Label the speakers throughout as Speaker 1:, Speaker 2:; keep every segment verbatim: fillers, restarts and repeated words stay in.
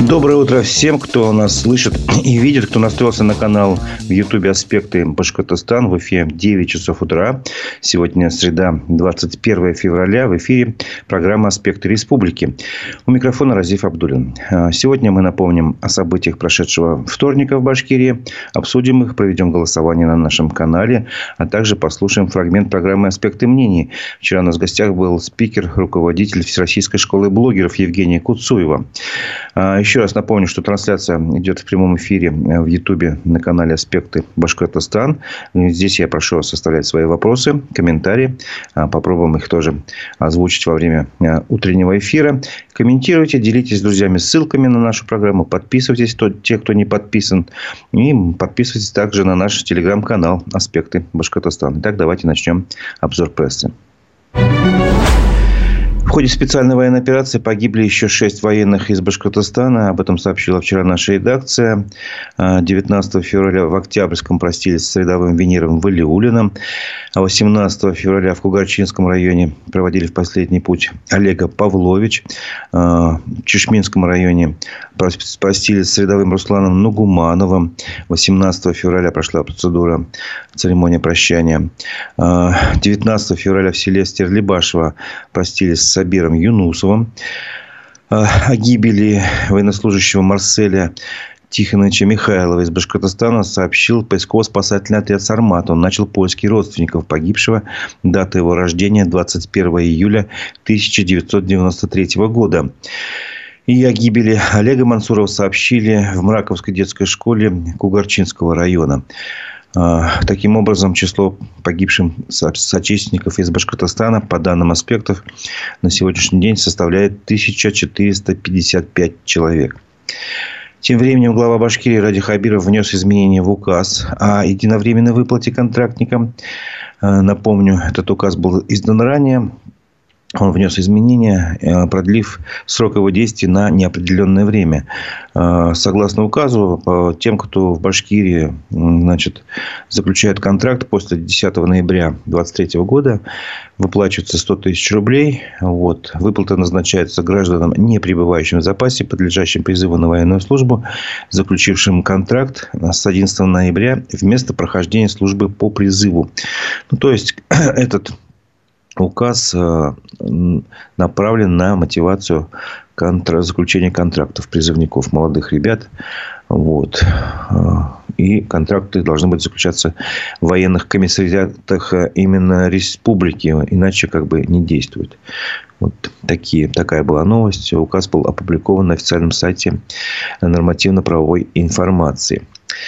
Speaker 1: Доброе утро всем, кто нас слышит и видит, кто настроился на канал в Ютубе «Аспекты Башкортостан». В эфире девять часов утра. Сегодня среда, двадцать первое февраля. В эфире программа «Аспекты Республики». У микрофона Разиф Абдуллин. Сегодня мы напомним о событиях прошедшего вторника в Башкирии. Обсудим их, проведем голосование на нашем канале. А также послушаем фрагмент программы «Аспекты мнений». Вчера у нас в гостях был спикер, руководитель Всероссийской школы блогеров Евгения Куцуева. Еще раз напомню, что трансляция идет в прямом эфире в Ютубе на канале «Аспекты Башкортостан». Здесь я прошу вас оставлять свои вопросы, комментарии. Попробуем их тоже озвучить во время утреннего эфира. Комментируйте, делитесь с друзьями ссылками на нашу программу. Подписывайтесь, те, кто не подписан. И подписывайтесь также на наш телеграм-канал «Аспекты Башкортостан». Итак, давайте начнем обзор прессы. В ходе специальной военной операции погибли еще шесть военных из Башкортостана. Об этом сообщила вчера наша редакция. девятнадцатого февраля в Октябрьском простились с рядовым Венером Валиуллиным. А восемнадцатого февраля в Кугарчинском районе проводили в последний путь Олега Павлович. В Чешминском районе простились с рядовым Русланом Нугумановым. восемнадцатого февраля прошла процедура, церемония прощания. девятнадцатого февраля в селе Стерлибашево простились с Сабиром Юнусовым. О гибели военнослужащего Марселя Тихоновича Михайлова из Башкортостана сообщил поисково-спасательный отряд «Сармат». Он начал поиски родственников погибшего. Дата его рождения двадцать первого июля тысяча девятьсот девяносто третьего года. И о гибели Олега Мансурова сообщили в Мраковской детской школе Кугарчинского района. Таким образом, число погибших соотечественников из Башкортостана, по данным «Аспектов», на сегодняшний день составляет тысяча четыреста пятьдесят пять человек. Тем временем глава Башкирии Ради Хабиров внес изменения в указ о единовременной выплате контрактникам. Напомню, этот указ был издан ранее. Он внес изменения, продлив срок его действия на неопределенное время. Согласно указу, тем, кто в Башкирии, значит, заключает контракт после десятого ноября две тысячи двадцать третьего года, выплачивается сто тысяч рублей. Вот. Выплата назначается гражданам, не пребывающим в запасе, подлежащим призыву на военную службу, заключившим контракт с одиннадцатого ноября вместо прохождения службы по призыву. Ну, то есть, этот указ направлен на мотивацию контра... заключения контрактов призывников, молодых ребят. Вот. И контракты должны быть заключаться в военных комиссариатах именно республики. Иначе как бы не действуют. Вот такие, такая была новость. Указ был опубликован на официальном сайте нормативно-правовой информации.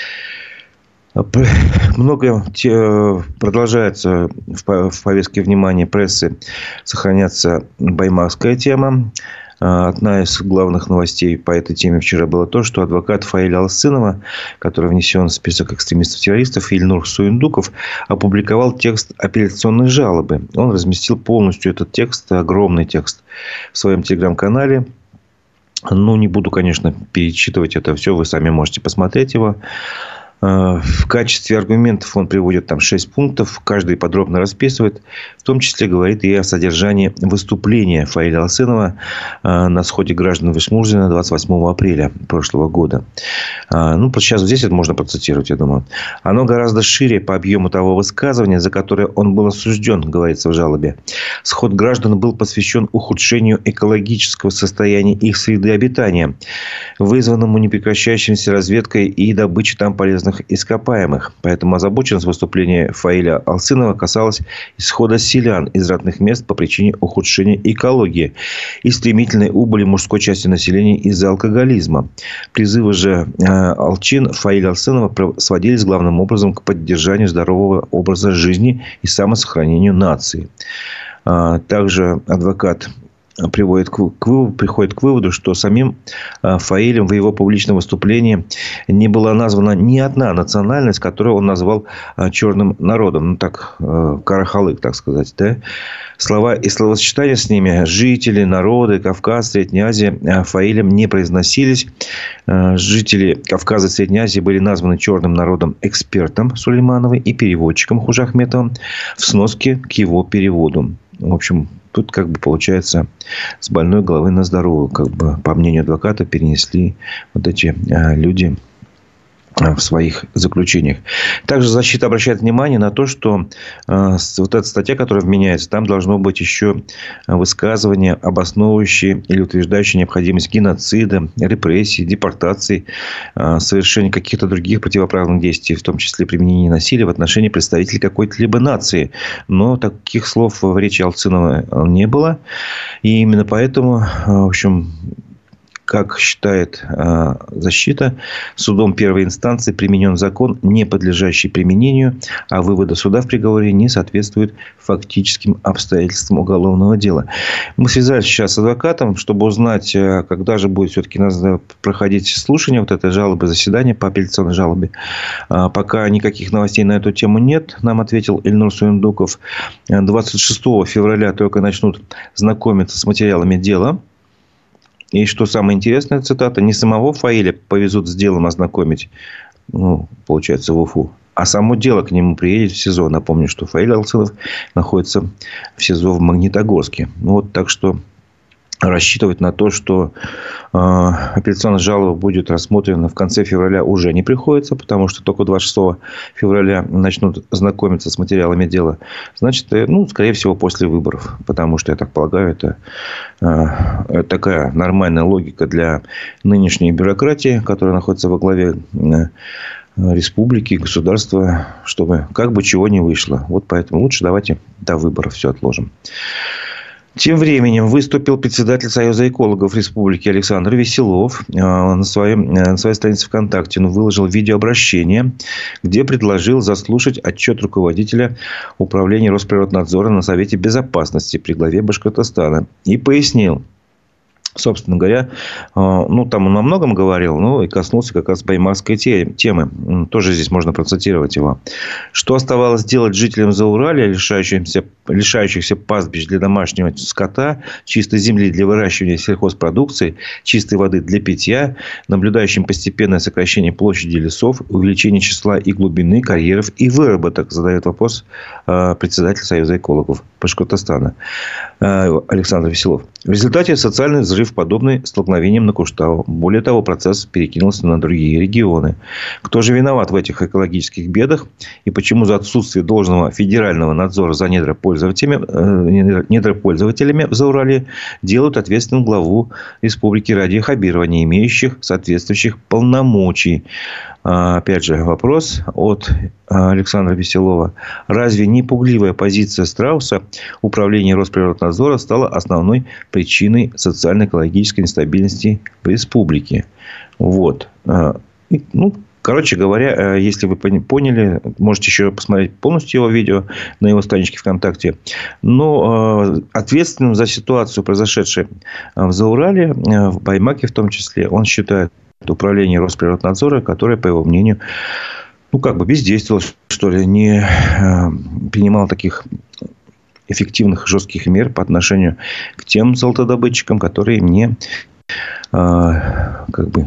Speaker 1: Много продолжается в повестке внимания прессы сохраняться баймакская тема. Одна из главных новостей по этой теме вчера было то, что адвокат Фаиля Алсынова, который внесен в список экстремистов-террористов, Ильнур Суиндуков, опубликовал текст апелляционной жалобы. Он разместил полностью этот текст, огромный текст, в своем телеграм-канале. Ну, не буду, конечно, перечитывать это все. Вы сами можете посмотреть его. В качестве аргументов он приводит там шесть пунктов. Каждый подробно расписывает. В том числе говорит и о содержании выступления Фаиля Алсынова на сходе граждан Вишмурзина двадцать восьмого апреля прошлого года. Ну, сейчас здесь это можно процитировать, я думаю. Оно гораздо шире по объему того высказывания, за которое он был осужден, говорится в жалобе. Сход граждан был посвящен ухудшению экологического состояния их среды обитания, вызванному непрекращающимся разведкой и добычей там полезных ископаемых. Поэтому озабоченность выступления Фаиля Алсынова касалась исхода селян из родных мест по причине ухудшения экологии и стремительной убыли мужской части населения из-за алкоголизма. Призывы же э, алчин Фаиля Алсынова сводились главным образом к поддержанию здорового образа жизни и самосохранению нации. А, также адвокат приводит к, к, приходит к выводу, что самим Фаилем в его публичном выступлении не была названа ни одна национальность, которую он назвал черным народом. Ну, так, карахалык, так сказать. Да? Слова и словосочетания с ними жители, народы, Кавказ, Средняя Азия Фаилем не произносились. Жители Кавказа и Средней Азии были названы черным народом экспертом Сулеймановой и переводчиком Хужахметовым в сноске к его переводу. В общем, тут, как бы, получается, с больной головы на здоровую, как бы, по мнению адвоката, перенесли вот эти люди в своих заключениях. Также защита обращает внимание на то, что э, вот эта статья, которая вменяется, там должно быть еще высказывание, обосновывающее или утверждающее необходимость геноцида, репрессий, депортаций, э, совершения каких-то других противоправных действий, в том числе применения насилия в отношении представителей какой-то либо нации. Но таких слов в речи Алцинова не было. И именно поэтому, в общем, как считает э, защита, судом первой инстанции применен закон, не подлежащий применению, а выводы суда в приговоре не соответствуют фактическим обстоятельствам уголовного дела. Мы связались сейчас с адвокатом, чтобы узнать, когда же будет все-таки проходить слушание вот этой жалобы, заседания по апелляционной жалобе. А пока никаких новостей на эту тему нет, нам ответил Эльнур Суюндуков. двадцать шестого февраля только начнут знакомиться с материалами дела. И что самое интересное, цитата, не самого Фаиля повезут с делом ознакомить, ну, получается, в Уфу, а само дело к нему приедет в СИЗО. Напомню, что Фаиль Алцинов находится в СИЗО в Магнитогорске. Вот, так что рассчитывать на то, что э, апелляционная жалоба будет рассмотрена в конце февраля, уже не приходится, потому что только двадцать шестого февраля начнут знакомиться с материалами дела. Значит, ну, скорее всего, после выборов. Потому что, я так полагаю, это э, такая нормальная логика для нынешней бюрократии, которая находится во главе э, республики, государства, чтобы как бы чего не вышло. Вот поэтому лучше давайте до выборов все отложим. Тем временем выступил председатель Союза экологов Республики Александр Веселов. На, своем, на своей странице ВКонтакте он выложил видеообращение, где предложил заслушать отчет руководителя управления Росприроднадзора на Совете Безопасности при главе Башкортостана. И пояснил, собственно говоря, ну, там он о многом говорил, ну, и коснулся как раз баймакской темы. Тоже здесь можно процитировать его. Что оставалось делать жителям Зауралья, лишающимся, лишающихся пастбищ для домашнего скота, чистой земли для выращивания сельхозпродукции, чистой воды для питья, наблюдающим постепенное сокращение площади лесов, увеличение числа и глубины карьеров и выработок, задает вопрос председатель Союза экологов Башкортостана Александр Веселов. В результате социальный взрыв, подобный столкновениям на Куштау. Более того, процесс перекинулся на другие регионы. Кто же виноват в этих экологических бедах? И почему за отсутствие должного федерального надзора за недропользователями, недропользователями в Зауралье делают ответственным главу республики Радия Хабирова, не имеющих соответствующих полномочий? Опять же, вопрос от Александра Веселова. Разве не пугливая позиция Страуса управления Росприроднадзора стала основной причиной социально-экологической нестабильности в республике? Вот. Ну, короче говоря, если вы поняли, можете еще посмотреть полностью его видео на его страничке ВКонтакте. Но ответственным за ситуацию, произошедшую в Зауралье, в Баймаке в том числе, он считает управление Росприроднадзора, которое, по его мнению, ну, как бы бездействовало, что ли, не э, принимало таких эффективных, жестких мер по отношению к тем золотодобытчикам, которые не, э, как бы,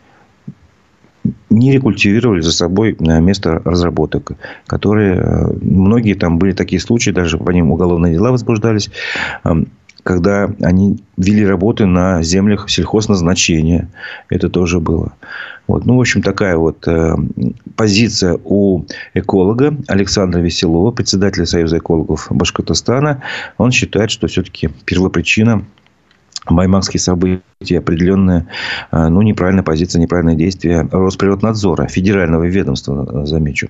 Speaker 1: не рекультивировали за собой место разработок, которые, многие там были такие случаи, даже по ним уголовные дела возбуждались, э, когда они вели работы на землях сельхозназначения. Это тоже было. Вот. Ну, в общем, такая вот э, позиция у эколога Александра Веселова, председателя Союза экологов Башкортостана. Он считает, что все-таки первопричина баймакские события, определенная, э, ну, неправильная позиция, неправильное действие Росприроднадзора, федерального ведомства, замечу.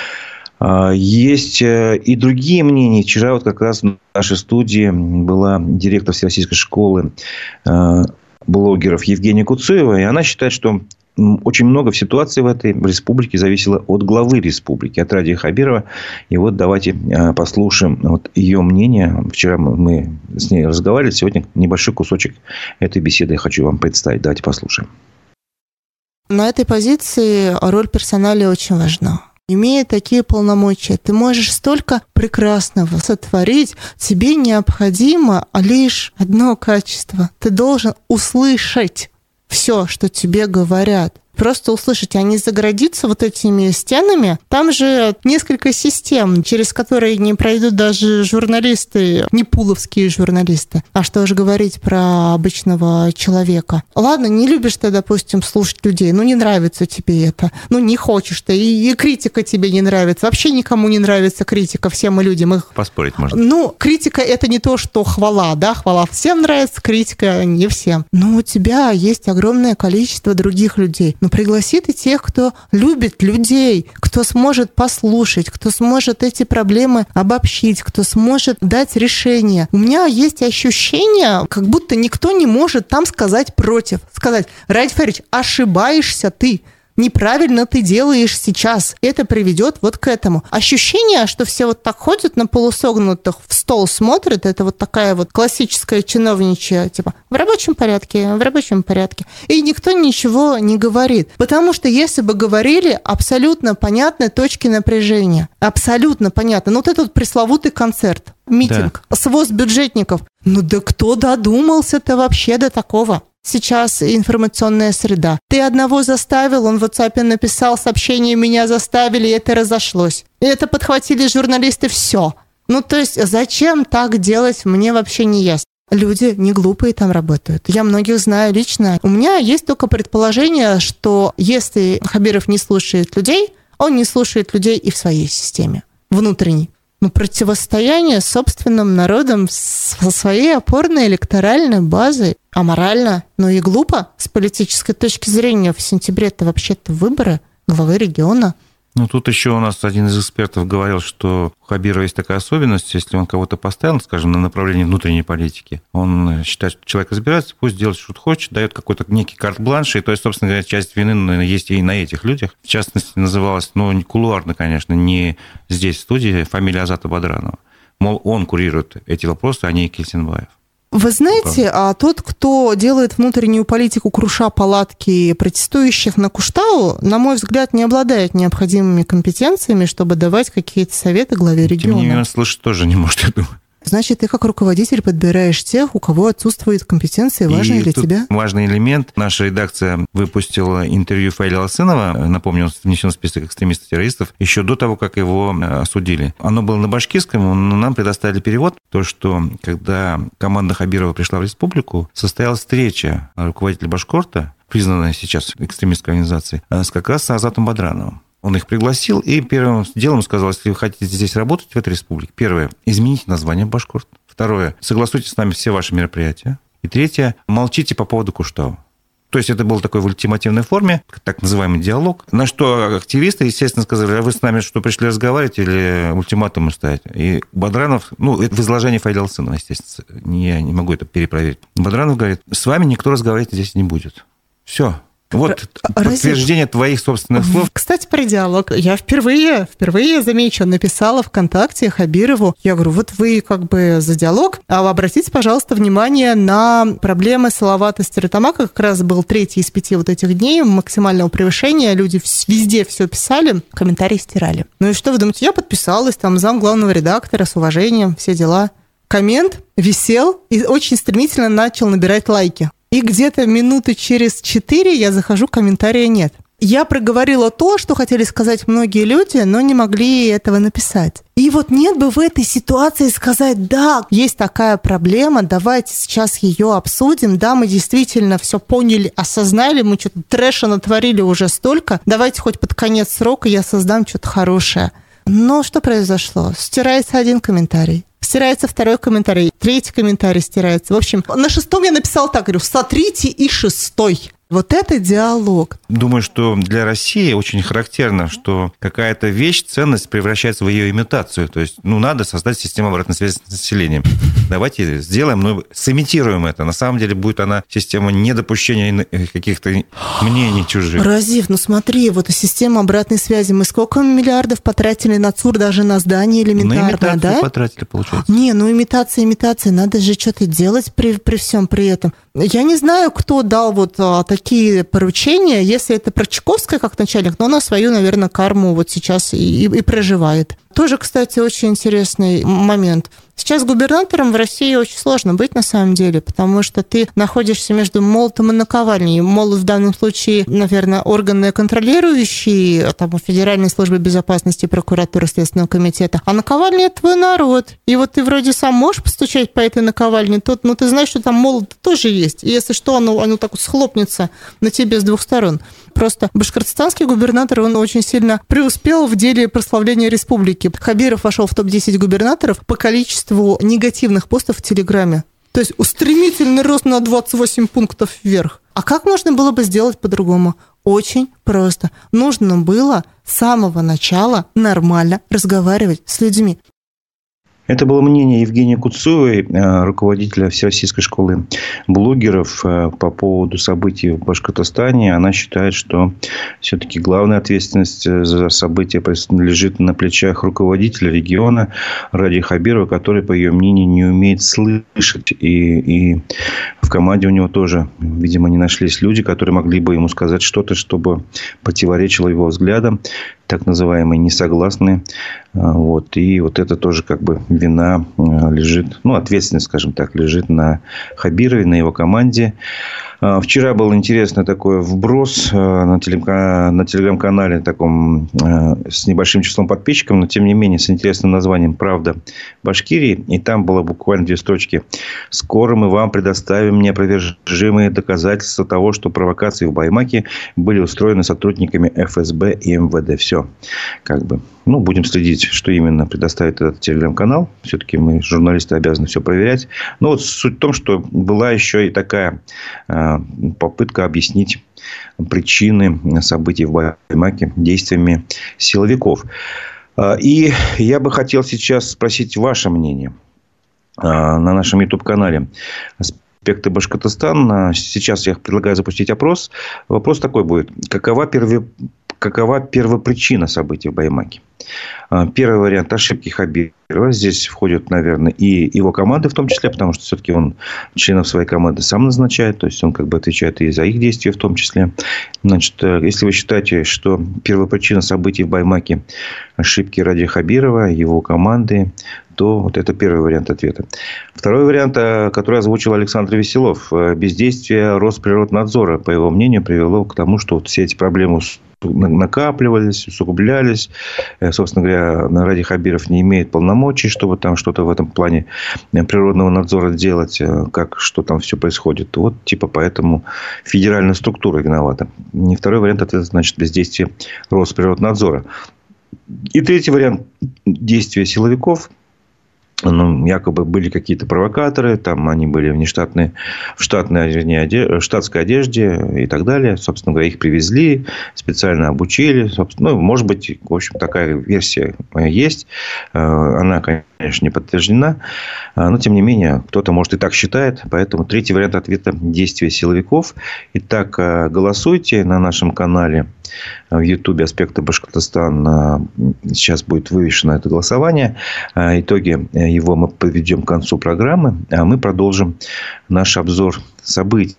Speaker 1: Есть и другие мнения. Вчера вот как раз в нашей студии была директор Всероссийской школы блогеров Евгения Куцуева. И она считает, что очень много в ситуации в этой республике зависело от главы республики, от Радия Хабирова. И вот давайте послушаем вот ее мнение. Вчера мы с ней разговаривали. Сегодня небольшой кусочек этой беседы я хочу вам представить. Давайте послушаем.
Speaker 2: На этой позиции роль персоналии очень важна. Имея такие полномочия, ты можешь столько прекрасного сотворить. Тебе необходимо лишь одно качество. Ты должен услышать все, что тебе говорят. просто услышать, а не загородиться вот этими стенами. Там же несколько систем, через которые не пройдут даже журналисты, не пуловские журналисты. А что же говорить про обычного человека? Ладно, не любишь ты, допустим, слушать людей, ну не нравится тебе это, ну не хочешь ты, и, и критика тебе не нравится. Вообще никому не нравится критика, все мы люди. Мы...
Speaker 1: Поспорить можно.
Speaker 2: Ну, критика – это не то, что хвала, да, хвала всем нравится, критика не всем. Но у тебя есть огромное количество других людей. Ну, пригласи ты тех, кто любит людей, кто сможет послушать, кто сможет эти проблемы обобщить, кто сможет дать решение. У меня есть ощущение, как будто никто не может там сказать против. Сказать: Раид Фарич, ошибаешься ты. Неправильно ты делаешь сейчас. Это приведет вот к этому. Ощущение, что все вот так ходят на полусогнутых, в стол смотрят, это вот такая вот классическая чиновничья, типа, в рабочем порядке, в рабочем порядке. И никто ничего не говорит. Потому что если бы говорили, абсолютно понятны точки напряжения. Абсолютно понятно. Ну вот этот вот пресловутый концерт, митинг, да. Своз бюджетников. Ну да кто додумался-то вообще до такого? Сейчас информационная среда. Ты одного заставил, он в WhatsApp написал сообщение, меня заставили, и это разошлось. И это подхватили журналисты, все. Ну, то есть, зачем так делать, мне вообще не ясно. Люди не глупые там работают. Я многих знаю лично. У меня есть только предположение, что если Хабиров не слушает людей, он не слушает людей и в своей системе, внутренней. Ну, противостояние с собственным народом, со своей опорной электоральной базой. Аморально, но и глупо с политической точки зрения. В сентябре-то вообще-то выборы главы региона.
Speaker 1: Ну, тут еще у нас один из экспертов говорил, что у Хабирова есть такая особенность, если он кого-то поставил, скажем, на направление внутренней политики, он считает, что человек разбирается, пусть делает, что хочет, дает какой-то некий карт-бланш, и то есть, собственно говоря, часть вины наверное, есть и на этих людях. В частности, называлась, ну, не кулуарно, конечно, не здесь, в студии, фамилия Азата Бадранова. Мол, он курирует эти вопросы, а не Кельсинбаев.
Speaker 2: Вы знаете, а тот, кто делает внутреннюю политику, круша палатки протестующих на Куштау, на мой взгляд, не обладает необходимыми компетенциями, чтобы давать какие-то советы главе региона.
Speaker 1: Тем не менее, он слышать тоже не может, я думаю.
Speaker 2: Значит, ты как руководитель подбираешь тех, у кого отсутствуют компетенции, важные для тебя.
Speaker 1: Важный элемент. Наша редакция выпустила интервью Фаиля Лосынова, напомню, он внесен в список экстремистов-террористов, еще до того, как его осудили. Оно было на башкирском, но нам предоставили перевод. То, что когда команда Хабирова пришла в республику, состоялась встреча руководителя Башкорта, признанная сейчас экстремистской организацией, с как раз с Азатом Бадрановым. Он их пригласил и первым делом сказал: если вы хотите здесь работать, в этой республике, первое, измените название Башкорт. Второе, согласуйте с нами все ваши мероприятия. И третье, молчите по поводу Куштау. То есть это было такой в ультимативной форме, так называемый диалог. На что активисты, естественно, сказали: а вы с нами что, пришли разговаривать или ультиматумы ставить? И Бадранов, ну, это в изложении Фаиля Лосынова, естественно, я не могу это перепроверить. Бадранов говорит: с вами никто разговаривать здесь не будет. Все. Вот подтверждение твоих собственных слов.
Speaker 2: Кстати, про диалог. Я впервые, впервые, замечу, написала ВКонтакте Хабирову. Я говорю: вот вы как бы за диалог, а обратите, пожалуйста, внимание на проблемы Салавата Стерлитамака. Как раз был третий из пяти вот этих дней максимального превышения. Люди везде все писали, комментарии стирали. Ну и что вы думаете? Я подписалась, там зам главного редактора, с уважением, все дела. Коммент висел и очень стремительно начал набирать лайки. И где-то минуты через четыре я захожу, комментария нет. Я проговорила то, что хотели сказать многие люди, но не могли этого написать. И вот нет бы в этой ситуации сказать: да, есть такая проблема, давайте сейчас ее обсудим, да, мы действительно все поняли, осознали, мы что-то трэша натворили уже столько, давайте хоть под конец срока я создам что-то хорошее. Но что произошло? Стирается один комментарий. Стирается второй комментарий, третий комментарий стирается. В общем, на шестом я написала так, говорю: сотрите и шестой. Вот это диалог.
Speaker 1: Думаю, что для России очень характерно, что какая-то вещь, ценность превращается в ее имитацию. То есть, ну, надо создать систему обратной связи с населением. Давайте сделаем, ну, сымитируем это. На самом деле будет она система недопущения каких-то мнений чужих.
Speaker 2: Разив, ну смотри, вот система обратной связи. Мы сколько миллиардов потратили на ЦУР, даже на здание элементарно,
Speaker 1: на имитацию
Speaker 2: да?
Speaker 1: потратили, получается.
Speaker 2: Не, ну имитация, имитация. Надо же что-то делать при, при всем при этом. Я не знаю, кто дал вот а, такие поручения, если это про Чайковская как начальник, но она свою, наверное, карму вот сейчас и, и, и проживает. Тоже, кстати, очень интересный момент. Сейчас губернатором в России очень сложно быть на самом деле, потому что ты находишься между молотом и наковальней. Молот в данном случае, наверное, органы контролирующие, там, Федеральной службы безопасности, прокуратуры, Следственного комитета, а наковальня – это твой народ. И вот ты вроде сам можешь постучать по этой наковальне, тут, но ты знаешь, что там молот тоже есть. И если что, оно, оно так вот схлопнется на тебе с двух сторон. Просто башкортостанский губернатор, он очень сильно преуспел в деле прославления республики. Хабиров вошел в топ десять губернаторов по количеству негативных постов в Телеграме. То есть стремительный рост на двадцать восемь пунктов вверх. А как можно было бы сделать по-другому? Очень просто. Нужно было с самого начала нормально разговаривать с людьми.
Speaker 1: Это было мнение Евгении Куцуевой, руководителя Всероссийской школы блогеров, по поводу событий в Башкортостане. Она считает, что все-таки главная ответственность за события лежит на плечах руководителя региона Ради Хабирова, который, по ее мнению, не умеет слышать. И, и в команде у него тоже, видимо, не нашлись люди, которые могли бы ему сказать что-то, чтобы противоречило его взглядам, так называемые несогласные. Вот. И вот это тоже как бы вина лежит, ну, ответственность, скажем так, лежит на Хабирове, на его команде. Вчера был интересный такой вброс на, телеграм- на телеграм-канале таком, с небольшим числом подписчиков, но тем не менее с интересным названием «Правда Башкирии». И там было буквально две строчки. «Скоро мы вам предоставим неопровержимые доказательства того, что провокации в Баймаке были устроены сотрудниками эф эс бэ и эм вэ дэ». Все. Как бы. Ну, будем следить, что именно предоставит этот телеграм-канал. Все-таки мы, журналисты, обязаны все проверять. Но вот суть в том, что была еще и такая попытка объяснить причины событий в Баймаке действиями силовиков. И я бы хотел сейчас спросить ваше мнение на нашем YouTube-канале «Аспекты Башкортостана». Сейчас я предлагаю запустить опрос. Вопрос такой будет. Какова первая... Какова первопричина событий в Баймаке? Первый вариант – ошибки Хабирова. Здесь входит, наверное, и его команда в том числе, потому что все-таки он членов своей команды сам назначает. То есть он как бы отвечает и за их действия в том числе. Значит, если вы считаете, что первопричина событий в Баймаке – ошибки Ради Хабирова, его команды, то вот это первый вариант ответа. Второй вариант, который озвучил Александр Веселов. Бездействие Росприроднадзора, по его мнению, привело к тому, что вот все эти проблемы накапливались, усугублялись. Собственно говоря, Ради Хабиров не имеет полномочий, чтобы там что-то в этом плане природного надзора делать, как что там все происходит. Вот типа поэтому федеральная структура виновата. И второй вариант ответа, значит, бездействие Росприроднадзора. И третий вариант – действия силовиков. Ну, якобы были какие-то провокаторы, там они были внештатные, в штатной, вернее, одежде, штатской одежде и так далее. Собственно говоря, их привезли, специально обучили. Собственно, ну, может быть, в общем, такая версия есть. Она, конечно, не подтверждена. Но, тем не менее, кто-то, может, и так считает. Поэтому третий вариант ответа – действия силовиков. Итак, голосуйте на нашем канале в Ютубе «Аспекты Башкортостана». Сейчас будет вывешено это голосование. Итоги его мы подведем к концу программы. А мы продолжим наш обзор событий.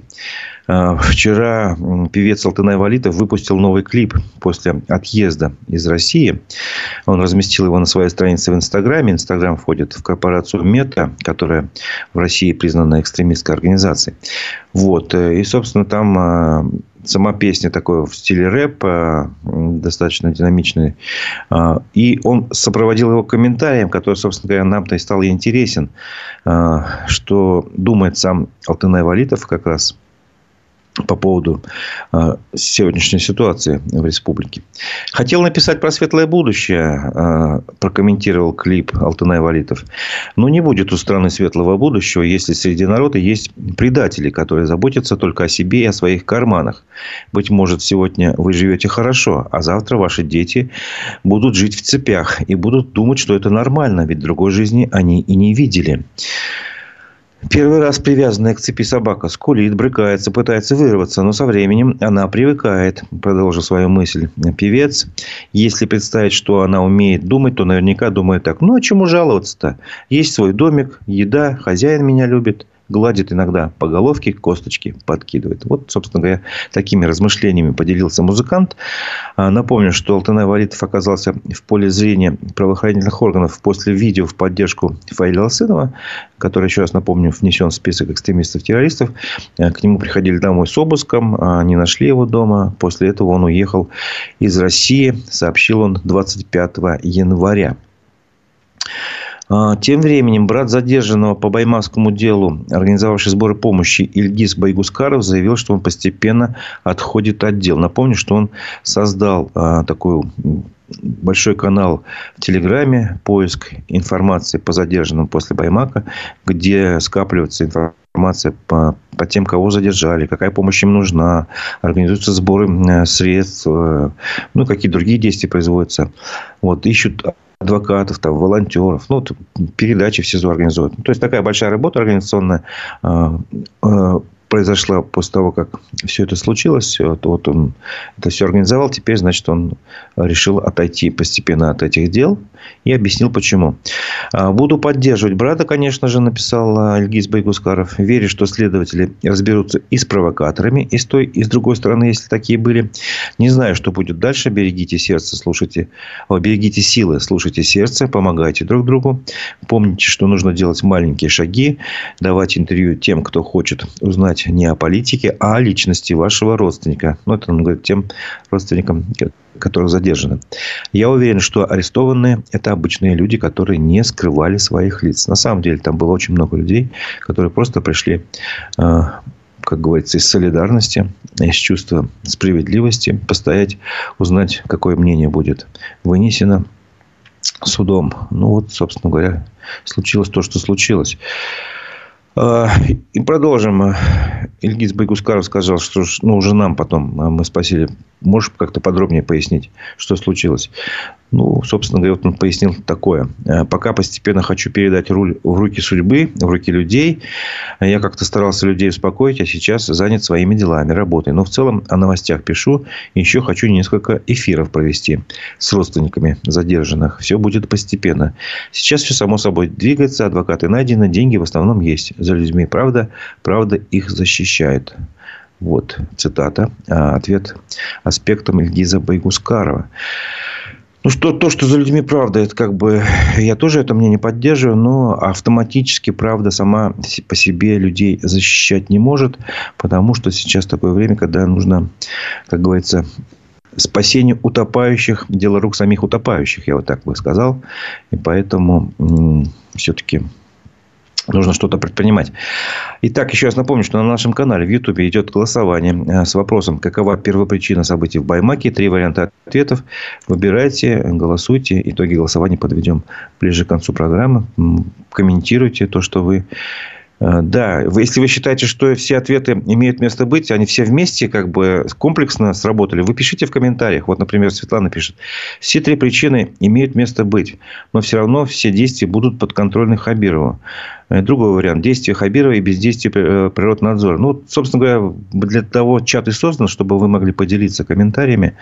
Speaker 1: Вчера певец Алтынай Валитов выпустил новый клип после отъезда из России. Он разместил его на своей странице в Инстаграме. Инстаграм входит в корпорацию Мета, которая в России признана экстремистской организацией. Вот. И, собственно, там сама песня такой в стиле рэп, достаточно динамичный. И он сопроводил его комментарием, который, собственно говоря, нам-то и стал интересен. Что думает сам Алтынай Валитов как раз по поводу э, сегодняшней ситуации в республике. Хотел написать про светлое будущее, э, прокомментировал клип Алтынай Валитов. Но не будет у страны светлого будущего, если среди народа есть предатели, которые заботятся только о себе и о своих карманах. Быть может, сегодня вы живете хорошо, а завтра ваши дети будут жить в цепях и будут думать, что это нормально, ведь другой жизни они и не видели. Первый раз привязанная к цепи собака скулит, брыкается, пытается вырваться, но со временем она привыкает, продолжил свою мысль певец. Если представить, что она умеет думать, то наверняка думает так: ну, а чему жаловаться-то? Есть свой домик, еда, хозяин меня любит. гладит иногда по головке, косточки подкидывает. Вот, собственно говоря, такими размышлениями поделился музыкант. Напомню, что Алтынай Валитов оказался в поле зрения правоохранительных органов после видео в поддержку Фаиля Алсынова, который, еще раз напомню, внесен в список экстремистов-террористов. К нему приходили домой с обыском, не нашли его дома. После этого он уехал из России, сообщил он двадцать пятого января. Тем временем брат задержанного по баймакскому делу, организовавший сборы помощи, Ильгиз Байгускаров, заявил, что он постепенно отходит от дел. Напомню, что он создал а, такой большой канал в Телеграме, поиск информации по задержанным после Баймака, где скапливается информация. Информация по, по тем, кого задержали, какая помощь им нужна, организуются сборы средств, ну, какие другие действия производятся. Вот, ищут адвокатов, там, волонтеров, ну, вот, передачи в СИЗО организуют. То есть, такая большая работа организационная э, э, произошла после того, как все это случилось. Вот, вот он это все организовал. Теперь, значит, он решил отойти постепенно от этих дел и объяснил, почему. Буду поддерживать брата, конечно же, написал Ильгиз Байгускаров. Верю, что следователи разберутся и с провокаторами, и с той, и с другой стороны, если такие были. Не знаю, что будет дальше. Берегите сердце, слушайте. О, берегите силы, слушайте сердце, помогайте друг другу. Помните, что нужно делать маленькие шаги, давать интервью тем, кто хочет узнать не о политике, а о личности вашего родственника. Ну, это он говорит тем родственникам, которые задержаны. Я уверен, что арестованные – это обычные люди, которые не скрывали своих лиц. На самом деле, там было очень много людей, которые просто пришли, как говорится, из солидарности, из чувства справедливости, постоять, узнать, какое мнение будет вынесено судом. Ну, вот, собственно говоря, случилось то, что случилось. И продолжим. Ильгиз Байгускаров сказал, что ну, уже нам потом мы спросили, можешь как-то подробнее пояснить, что случилось? Ну, собственно говоря, вот он пояснил такое. Пока постепенно хочу передать руль в руки судьбы, в руки людей. Я как-то старался людей успокоить, а сейчас занят своими делами, работой. Но в целом о новостях пишу. И еще хочу несколько эфиров провести с родственниками задержанных. Все будет постепенно. Сейчас все само собой двигается. Адвокаты найдены. Деньги в основном есть. За людьми правда. Правда их защищает. Вот цитата. Ответ аспектом Ильгиза Байгускарова. Ну, что, то, что за людьми правда, это как бы... Я тоже это мнение поддерживаю, но автоматически правда сама по себе людей защищать не может. Потому что сейчас такое время, когда нужно, как говорится, спасение утопающих, дело рук самих утопающих, я вот так бы сказал. И поэтому м- все-таки... нужно что-то предпринимать. Итак, еще раз напомню, что на нашем канале в Ютубе идет голосование с вопросом, какова первопричина событий в Баймаке. Три варианта ответов. Выбирайте, голосуйте. Итоги голосования подведем ближе к концу программы. Комментируйте то, что вы... Да, если вы считаете, что все ответы имеют место быть, они все вместе как бы комплексно сработали, вы пишите в комментариях. Вот, например, Светлана пишет. Все три причины имеют место быть, но все равно все действия будут подконтрольны Хабирову. Другой вариант. Действия Хабирова и бездействие Природнадзора. Ну, собственно говоря, для того чат и создан, чтобы вы могли поделиться комментариями.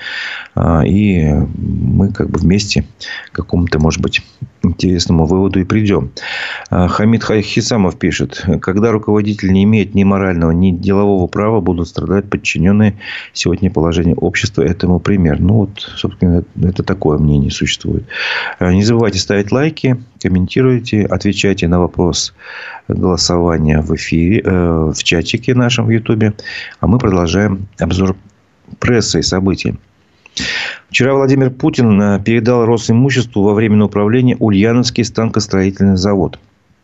Speaker 1: И мы как бы вместе к какому-то, может быть, интересному выводу и придем. Хамид Хисамов пишет. Когда руководитель не имеет ни морального, ни делового права, будут страдать подчиненные. Сегодня положение общества этому пример. Ну, вот, собственно, это такое мнение существует. Не забывайте ставить лайки, комментируйте, отвечайте на вопрос голосования в эфире, э, в чатике нашем в Ютубе. А мы продолжаем обзор прессы и событий. Вчера Владимир Путин передал Росимуществу во временное управление Ульяновский станкостроительный завод.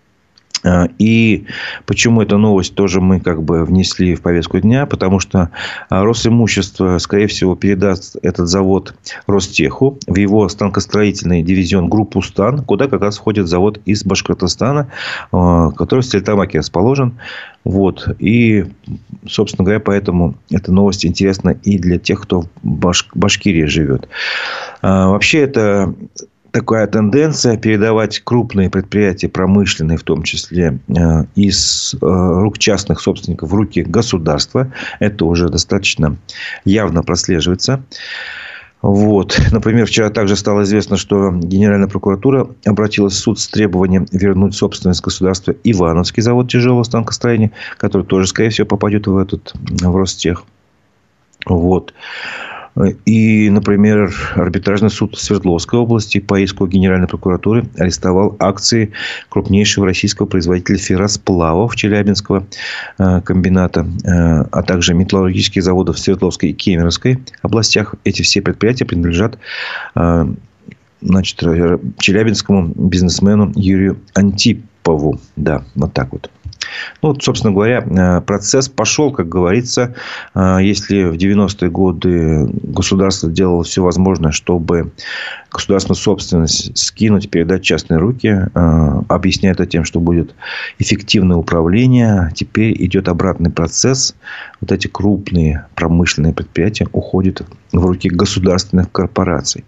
Speaker 1: И почему эта новость тоже мы как бы внесли в повестку дня? Потому что Росимущество, скорее всего, передаст этот завод Ростеху в его станкостроительный дивизион группу «Стан», куда как раз входит завод из Башкортостана, который в Стерлитамаке расположен. Вот. И, собственно говоря, поэтому эта новость интересна и для тех, кто в Баш... Башкирии живет. Вообще, это... такая тенденция передавать крупные предприятия, промышленные в том числе, из рук частных собственников в руки государства. Это уже достаточно явно прослеживается. Вот. Например, вчера также стало известно, что Генеральная прокуратура обратилась в суд с требованием вернуть собственность государства Ивановский завод тяжелого станкостроения, который тоже, скорее всего, попадет в этот, в Ростех. Вот. И, например, арбитражный суд Свердловской области по иску Генеральной прокуратуры арестовал акции крупнейшего российского производителя ферросплавов Челябинского комбината, а также металлургических заводов в Свердловской и Кемеровской областях. Эти все предприятия принадлежат, значит, челябинскому бизнесмену Юрию Антипову. Да, вот так вот. Ну, вот, собственно говоря, процесс пошел, как говорится. Если в девяностые годы государство делало все возможное, чтобы государственную собственность скинуть, передать в частные руки, объясняя это тем, что будет эффективное управление, теперь идет обратный процесс. Вот эти крупные промышленные предприятия уходят в руки государственных корпораций.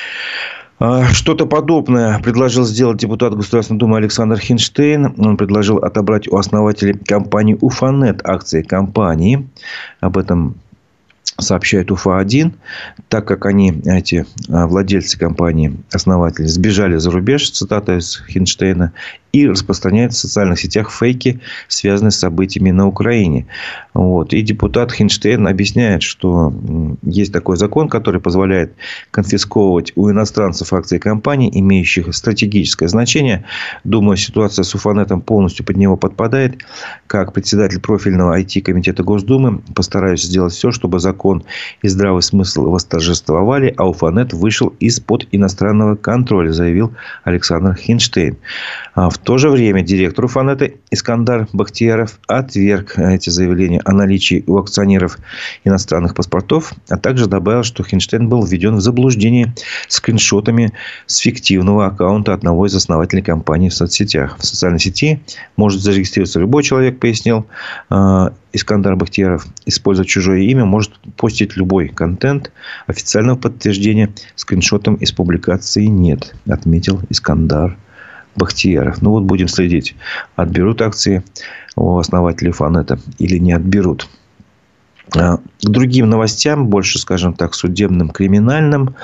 Speaker 1: Что-то подобное предложил сделать депутат Государственной Думы Александр Хинштейн. Он предложил отобрать у основателей компании «Уфанет» акции компании. Об этом сообщает Уфа один. Так как они, эти владельцы компании, основатели, сбежали за рубеж, цитата из Хинштейна, и распространяют в социальных сетях фейки, связанные с событиями на Украине. Вот. И депутат Хинштейн объясняет, что есть такой закон, который позволяет конфисковывать у иностранцев акции компаний, имеющих стратегическое значение. Думаю, ситуация с Уфанетом полностью под него подпадает. Как председатель профильного ай ти-комитета Госдумы постараюсь сделать все, чтобы закон и здравый смысл восторжествовали, а Уфанет вышел из-под иностранного контроля, заявил Александр Хинштейн. В В то же время директор Уфанета Искандар Бахтияров отверг эти заявления о наличии у акционеров иностранных паспортов, а также добавил, что Хинштейн был введен в заблуждение скриншотами с фиктивного аккаунта одного из основателей компании в соцсетях. В социальной сети может зарегистрироваться любой человек, пояснил Искандар Бахтияров. Используя чужое имя, может постить любой контент. Официального подтверждения скриншотом из публикации нет, отметил Искандар Бахтияров. Ну, вот будем следить, отберут акции у основателей Уфанета или не отберут. К другим новостям, больше, скажем так, судебным, криминальным.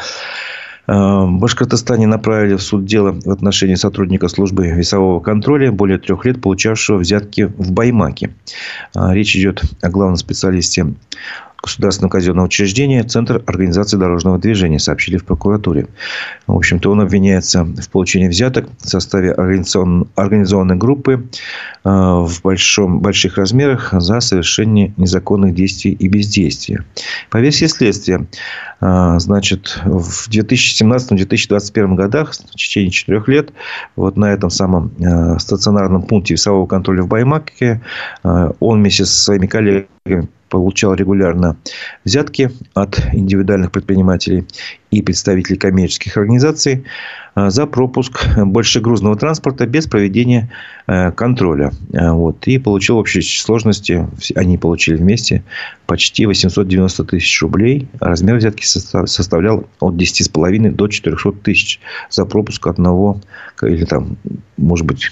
Speaker 1: В Башкортостане направили в суд дело в отношении сотрудника службы весового контроля, более трех лет получавшего взятки в Баймаке. Речь идет о главном специалисте Государственного казенного учреждения «Центр организации дорожного движения», сообщили в прокуратуре. В общем-то, он обвиняется в получении взяток в составе организацион... организованной группы э, в большом... больших размерах за совершение незаконных действий и бездействия. По версии следствия, э, значит, в две тысячи семнадцатом - две тысячи двадцать первом годах, в течение четырех лет, вот на этом самом э, стационарном пункте весового контроля в Баймаке э, он вместе со своими коллегами получал регулярно взятки от индивидуальных предпринимателей и представителей коммерческих организаций за пропуск большегрузного транспорта без проведения контроля. Вот. И получил в общей сложности, они получили вместе почти восемьсот девяносто тысяч рублей. Размер взятки составлял от десяти с половиной до четырехсот тысяч за пропуск одного, или там, может быть,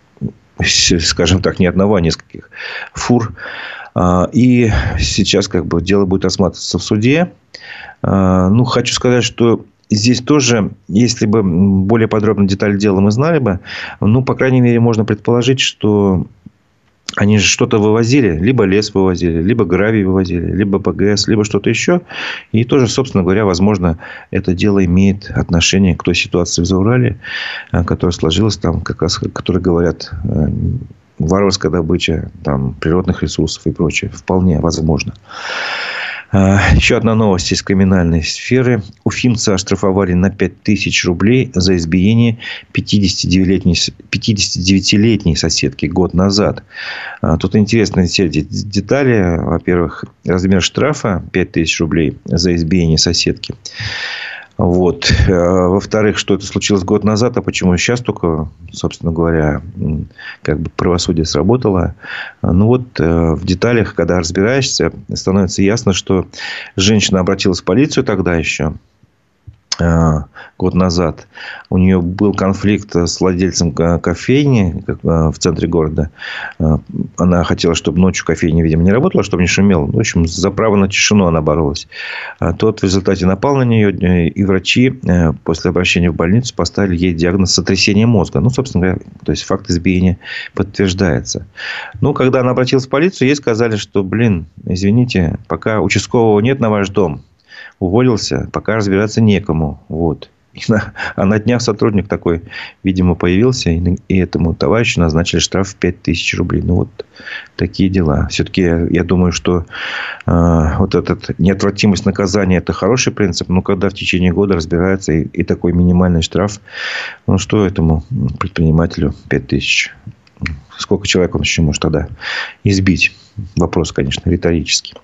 Speaker 1: скажем так, не одного, а нескольких фур. И сейчас как бы дело будет рассматриваться в суде. Ну, хочу сказать, что здесь тоже, если бы более подробно детали дела мы знали бы, ну, по крайней мере, можно предположить, что они же что-то вывозили. Либо лес вывозили, либо гравий вывозили, либо ПГС, либо что-то еще. И тоже, собственно говоря, возможно, это дело имеет отношение к той ситуации в Заурале, которая сложилась там, как раз, которые говорят, варварская добыча там, природных ресурсов и прочее. Вполне возможно. Еще одна новость из криминальной сферы. Уфимца оштрафовали на пять тысяч рублей за избиение пятидесятидевятилетней, пятидесятидевятилетней соседки год назад. Тут интересные все детали. Во-первых, размер штрафа пять тысяч рублей за избиение соседки. Вот. Во-вторых, что это случилось год назад, а почему сейчас только, собственно говоря, как бы правосудие сработало. Ну вот в деталях, когда разбираешься, становится ясно, что женщина обратилась в полицию тогда еще. год назад у нее был конфликт с владельцем кофейни в центре города. Она хотела, чтобы ночью кофейня, видимо, не работала, чтобы не шумела. В общем, за право на тишину она боролась. Тот в результате напал на нее, и врачи после обращения в больницу поставили ей диагноз сотрясения мозга. Ну, собственно говоря, то есть факт избиения подтверждается. Ну, когда она обратилась в полицию, ей сказали, что, блин, извините, пока участкового нет на ваш дом, уволился, пока разбираться некому. Вот. И на, а на днях сотрудник такой, видимо, появился, и, и этому товарищу назначили штраф в пять тысяч рублей. Ну, вот такие дела. Все-таки я, я думаю, что э, вот эта неотвратимость наказания – это хороший принцип. Но когда в течение года разбирается и, и такой минимальный штраф, ну, что этому предпринимателю пять тысяч? Сколько человек он еще может тогда избить? Вопрос, конечно, риторический.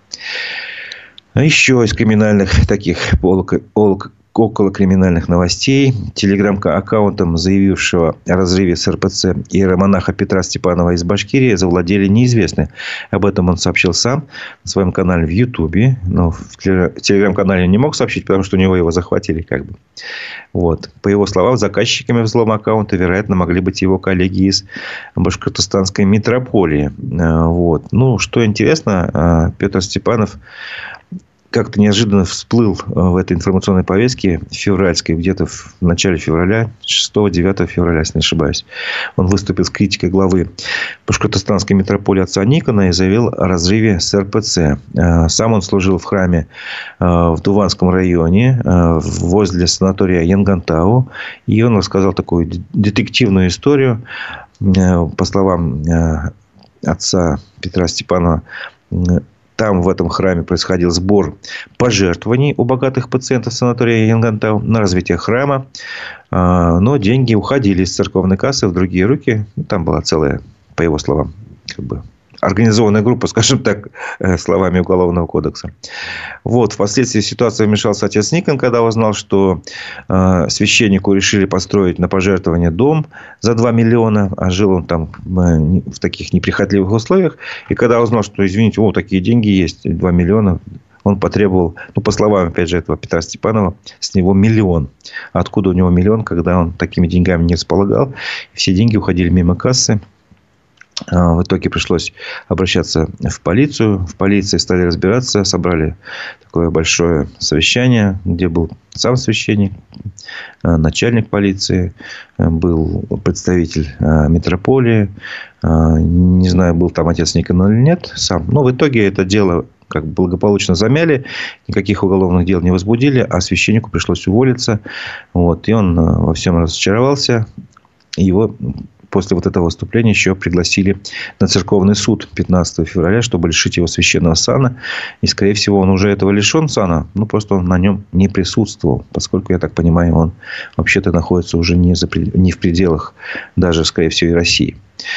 Speaker 1: А еще из криминальных таких околокриминальных новостей. Телеграм-аккаунтом, заявившего о разрыве с эр пэ цэ иеромонаха Петра Степанова из Башкирии, завладели неизвестные. Об этом он сообщил сам на своем канале в Ютубе. Но в Телеграм-канале не мог сообщить, потому что у него его захватили. Как бы. Вот. По его словам, заказчиками взлома аккаунта, вероятно, могли быть его коллеги из башкортостанской метрополии. Вот. Ну, что интересно, Петр Степанов как-то неожиданно всплыл в этой информационной повестке февральской, где-то в начале февраля, шестого-девятого февраля, если не ошибаюсь. Он выступил с критикой главы башкортостанской метрополии отца Никона и заявил о разрыве с эр пэ цэ. Сам он служил в храме в Дуванском районе, возле санатория Янгантау. И он рассказал такую детективную историю. По словам отца Петра Степанова, там, в этом храме, происходил сбор пожертвований у богатых пациентов санатория Янгантау на развитие храма. Но деньги уходили из церковной кассы в другие руки. Там была целая, по его словам, как бы организованная группа, скажем так, словами Уголовного кодекса. Вот. Впоследствии в ситуацию вмешался отец Никон, когда узнал, что э, священнику решили построить на пожертвование дом за два миллиона, а жил он там э, в таких неприхотливых условиях. И когда узнал, что, извините, о, такие деньги есть, два миллиона, он потребовал, ну, по словам, опять же, этого Петра Степанова, с него миллион. Откуда у него миллион, когда он такими деньгами не располагал? Все деньги уходили мимо кассы. В итоге пришлось обращаться в полицию. В полиции стали разбираться. Собрали такое большое совещание, где был сам священник, начальник полиции, был представитель метрополии. Не знаю, был там отец Никон или нет сам. Но в итоге это дело как бы благополучно замяли. Никаких уголовных дел не возбудили. А священнику пришлось уволиться. Вот. И он во всем разочаровался. Его после вот этого выступления еще пригласили на церковный суд пятнадцатого февраля, чтобы лишить его священного сана. И, скорее всего, он уже этого лишен сана. Ну, просто он на нем не присутствовал. Поскольку, я так понимаю, он вообще-то находится уже не, за, не в пределах даже, скорее всего, и России.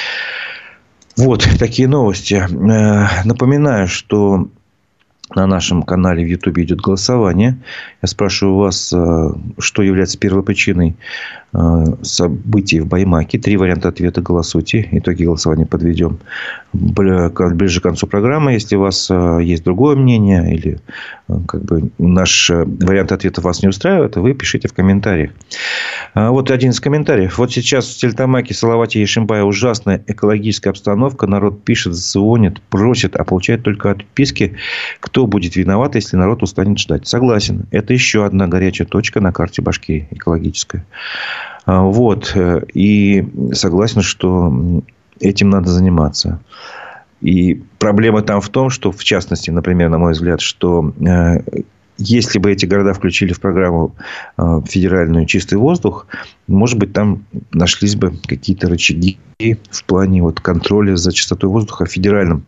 Speaker 1: Вот такие новости. Напоминаю, что на нашем канале в Ютубе идет голосование. Я спрашиваю вас, что является первопричиной событий в Баймаке. Три варианта ответа. Голосуйте. Итоги голосования подведем ближе к концу программы. Если у вас есть другое мнение или как бы наш вариант ответа вас не устраивает, вы пишите в комментариях. Вот один из комментариев. Вот сейчас в Стерлитамаке, Салавате и Ишимбае ужасная экологическая обстановка. Народ пишет, звонит, просит, а получает только отписки. Кто будет виноват, если народ устанет ждать? Согласен. Это еще одна горячая точка на карте Башкирии экологическая. Вот. И согласен, что этим надо заниматься. И проблема там в том, что, в частности, например, на мой взгляд, что если бы эти города включили в программу федеральную «Чистый воздух», может быть, там нашлись бы какие-то рычаги в плане вот контроля за чистотой воздуха федеральным.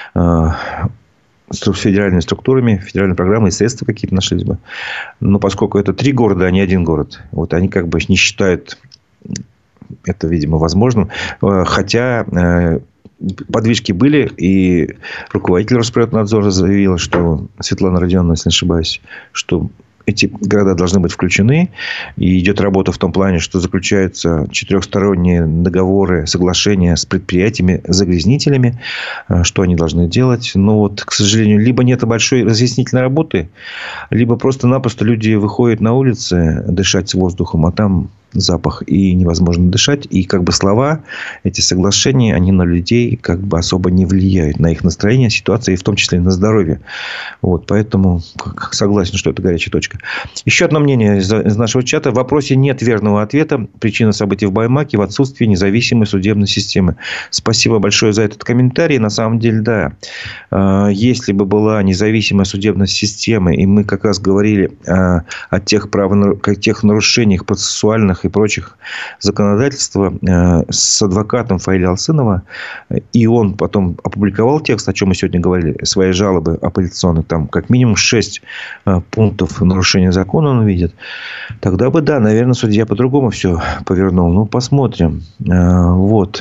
Speaker 1: С федеральными структурами, федеральной программой, и средства какие-то нашлись бы. Но поскольку это три города, а не один город, вот они как бы не считают это, видимо, возможным. Хотя подвижки были, и руководитель Росприроднадзора заявила, что Светлана Родионовна, если не ошибаюсь, что эти города должны быть включены. И идет работа в том плане, что заключаются четырехсторонние договоры, соглашения с предприятиями-загрязнителями, что они должны делать. Но вот, к сожалению, либо нет большой разъяснительной работы, либо просто-напросто люди выходят на улицы дышать воздухом, а там запах, и невозможно дышать. И как бы слова, эти соглашения, они на людей как бы особо не влияют, на их настроение, ситуацию, и в том числе и на здоровье. Вот, поэтому согласен, что это горячая точка. Еще одно мнение из, из нашего чата. В вопросе нет верного ответа. Причина событий в Баймаке в отсутствии независимой судебной системы. Спасибо большое за этот комментарий. На самом деле, да. Если бы была независимая судебная система, и мы как раз говорили о тех, право, о тех нарушениях процессуальных и прочих законодательства с адвокатом Фаиля Алсынова, и он потом опубликовал текст, о чем мы сегодня говорили, свои жалобы апелляционные, там как минимум шесть пунктов нарушения закона он увидит, тогда бы, да, наверное, судья по-другому все повернул. Ну, посмотрим. Вот.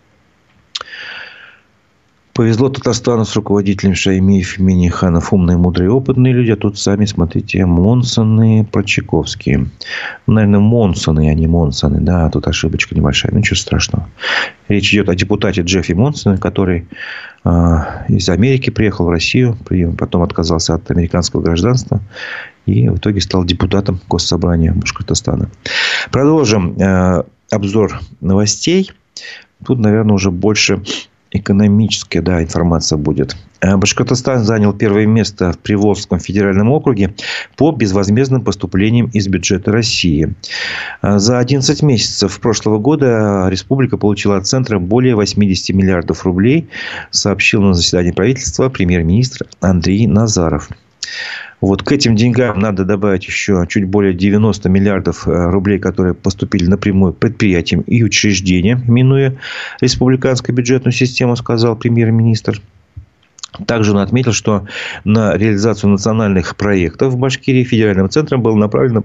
Speaker 1: Повезло Татарстану с руководителем Шаймиев имени Ханов. Умные, мудрые, опытные люди. А тут сами, смотрите, Монсоны, Прочаковские. Наверное, Монсоны, а не Монсоны. Да, тут ошибочка небольшая. Ну, ничего страшного. Речь идет о депутате Джеффи Монсоне, который э, из Америки приехал в Россию. Потом отказался от американского гражданства. И в итоге стал депутатом Госсобрания Башкортостана. Продолжим э, обзор новостей. Тут, наверное, уже больше... экономическая, да, информация будет. Башкортостан занял первое место в Приволжском федеральном округе по безвозмездным поступлениям из бюджета России. За одиннадцать месяцев прошлого года республика получила от центра более восемьдесят миллиардов рублей, сообщил на заседании правительства премьер-министр Андрей Назаров. Вот к этим деньгам надо добавить еще чуть более девяносто миллиардов рублей, которые поступили напрямую предприятиям и учреждениям, минуя республиканскую бюджетную систему, сказал премьер-министр. Также он отметил, что на реализацию национальных проектов в Башкирии федеральным центром было направлено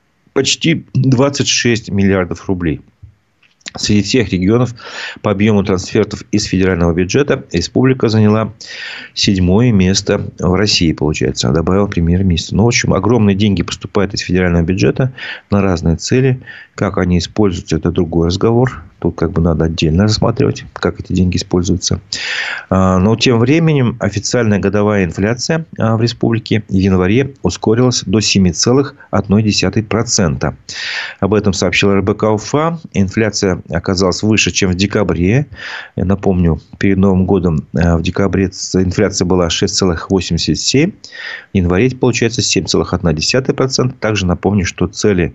Speaker 1: почти двадцать шесть миллиардов рублей. Среди всех регионов по объему трансфертов из федерального бюджета республика заняла седьмое место в России, получается, добавил премьер-министр. Ну, в общем, огромные деньги поступают из федерального бюджета на разные цели. Как они используются, это другой разговор. Тут как бы надо отдельно рассматривать, как эти деньги используются. Но тем временем официальная годовая инфляция в республике в январе ускорилась до семь целых одна десятая процента. Об этом сообщил эр бэ ка Уфа. Инфляция оказалась выше, чем в декабре. Я напомню, перед Новым годом в декабре инфляция была шесть целых восемьдесят семь сотых процента. В январе получается семь целых одна десятая процента. Также напомню, что цели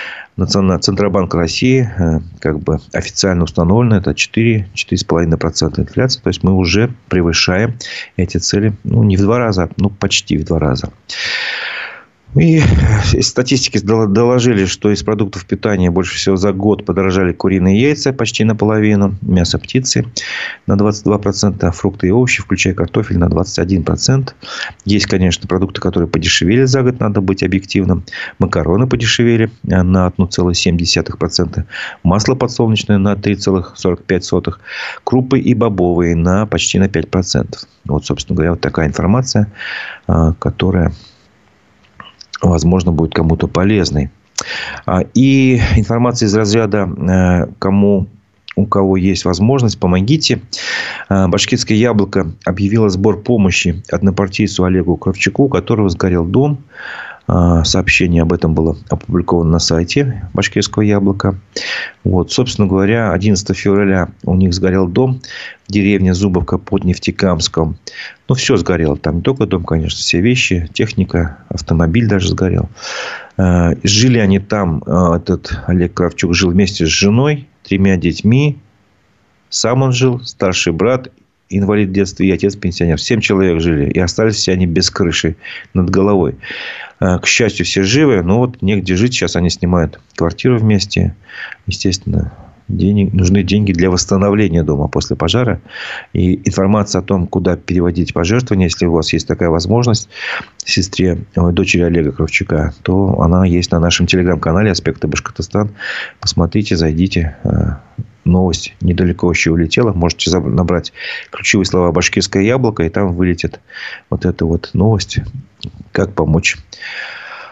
Speaker 1: Центробанка России как бы официально установлено, это четыре-четыре целых пять десятых процента инфляции. То есть мы уже превышаем эти цели, ну, не в два раза, ну, почти в два раза. И статистики доложили, что из продуктов питания больше всего за год подорожали куриные яйца почти наполовину, мясо птицы на двадцать два процента, фрукты и овощи, включая картофель, на двадцать один процент. Есть, конечно, продукты, которые подешевели за год, надо быть объективным. Макароны подешевели на одна целая семь десятых процента, масло подсолнечное на три целых сорок пять сотых процента, крупы и бобовые на почти на пять процентов. Вот, собственно говоря, вот такая информация, которая, возможно, будет кому-то полезной. И информация из разряда «Кому, у кого есть возможность, помогите». Башкирское яблоко объявило сбор помощи однопартийцу Олегу Кравчуку, у которого сгорел дом. Сообщение об этом было опубликовано на сайте Башкирского яблока. Вот, собственно говоря, одиннадцатого февраля у них сгорел дом в деревне Зубовка под Нефтекамском. Ну, все сгорело. Там не только дом, конечно, все вещи, техника, автомобиль даже сгорел. Жили они там, этот Олег Кравчук жил вместе с женой, тремя детьми. Сам он жил, старший брат, инвалид детства, и отец-пенсионер. Семь человек жили. И остались все они без крыши над головой. К счастью, все живы. Но вот негде жить. Сейчас они снимают квартиру вместе. Естественно, денег, нужны деньги для восстановления дома после пожара. И информация о том, куда переводить пожертвования, если у вас есть такая возможность, сестре, дочери Олега Кравчука, то она есть на нашем телеграм-канале «Аспекты Башкортостан». Посмотрите, зайдите. Новость недалеко еще улетела. Можете набрать ключевые слова «Башкирское яблоко», и там вылетит вот эта вот новость. Как помочь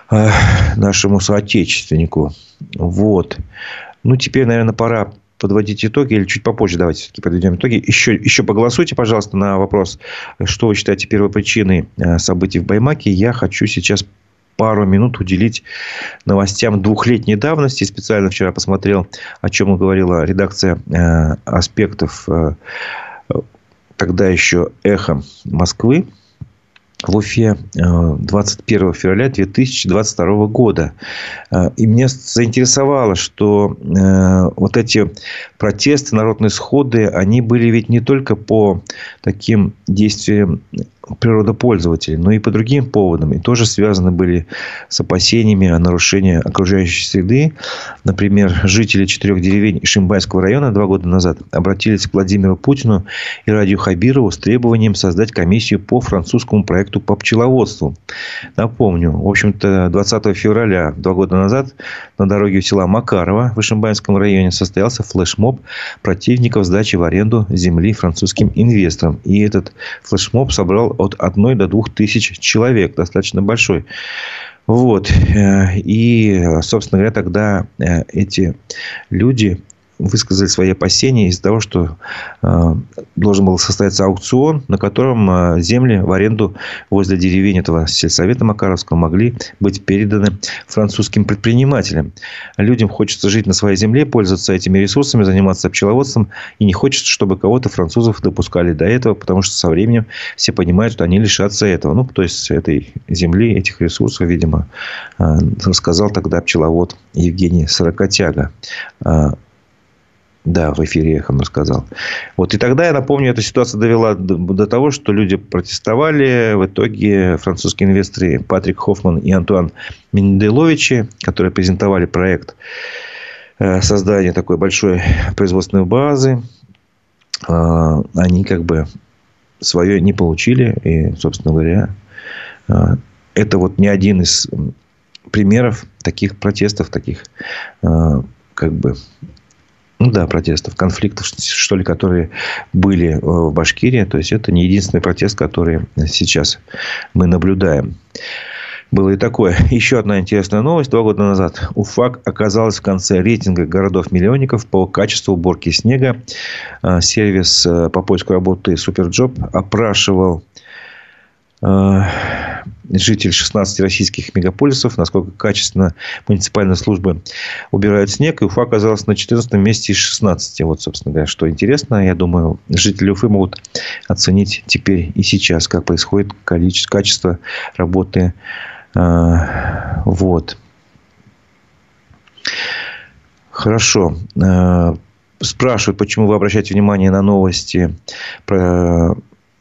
Speaker 1: нашему соотечественнику. Вот. Ну, теперь, наверное, пора подводить итоги, или чуть попозже давайте все-таки подведем итоги. Еще, еще поголосуйте, пожалуйста, на вопрос, что вы считаете первой причиной событий в Баймаке. Я хочу сейчас пару минут уделить новостям двухлетней давности. Специально вчера посмотрел, о чем говорила редакция «Аспектов», тогда еще «Эхо Москвы», в Уфе двадцать первого февраля две тысячи двадцать второго года. И меня заинтересовало, что вот эти протесты, народные сходы, они были ведь не только по таким действиям природопользователей, но и по другим поводам. И тоже связаны были с опасениями о нарушении окружающей среды. Например, жители четырех деревень Ишимбайского района два года назад обратились к Владимиру Путину и Радию Хабирову с требованием создать комиссию по французскому проекту по пчеловодству. Напомню, в общем-то, двадцатого февраля два года назад на дороге у села Макарова в Ишимбайском районе состоялся флешмоб противников сдачи в аренду земли французским инвесторам. И этот флешмоб собрал от одной до двух тысяч человек. Достаточно большой. Вот. И, собственно говоря, тогда эти люди высказали свои опасения из-за того, что э, должен был состояться аукцион, на котором э, земли в аренду возле деревень этого сельсовета Макаровского могли быть переданы французским предпринимателям. Людям хочется жить на своей земле, пользоваться этими ресурсами, заниматься пчеловодством. И не хочется, чтобы кого-то французов допускали до этого, потому что со временем все понимают, что они лишатся этого. Ну, то есть, этой земли, этих ресурсов, видимо, э, рассказал тогда пчеловод Евгений Сорокотяга. Да, в эфире «Эхо» рассказал. Вот. И тогда, я напомню, эта ситуация довела до, до того, что люди протестовали. В итоге французские инвесторы Патрик Хоффман и Антуан Менделовичи, которые презентовали проект создания такой большой производственной базы, они как бы свое не получили. И, собственно говоря, это вот не один из примеров таких протестов, таких как бы... Ну да, протестов, конфликтов, что ли, которые были в Башкирии. То есть, это не единственный протест, который сейчас мы наблюдаем. Было и такое. Еще одна интересная новость. Два года назад Уфа оказалась в конце рейтинга городов-миллионников по качеству уборки снега. Сервис по поиску работы Суперджоп опрашивал жителей шестнадцати российских мегаполисов, насколько качественно муниципальные службы убирают снег. И Уфа оказалась на четырнадцатом месте из шестнадцати. Вот, собственно говоря, что интересно. Я думаю, жители Уфы могут оценить теперь и сейчас, как происходит количество, качество работы. Вот. Хорошо. Спрашивают, почему вы обращаете внимание на новости про...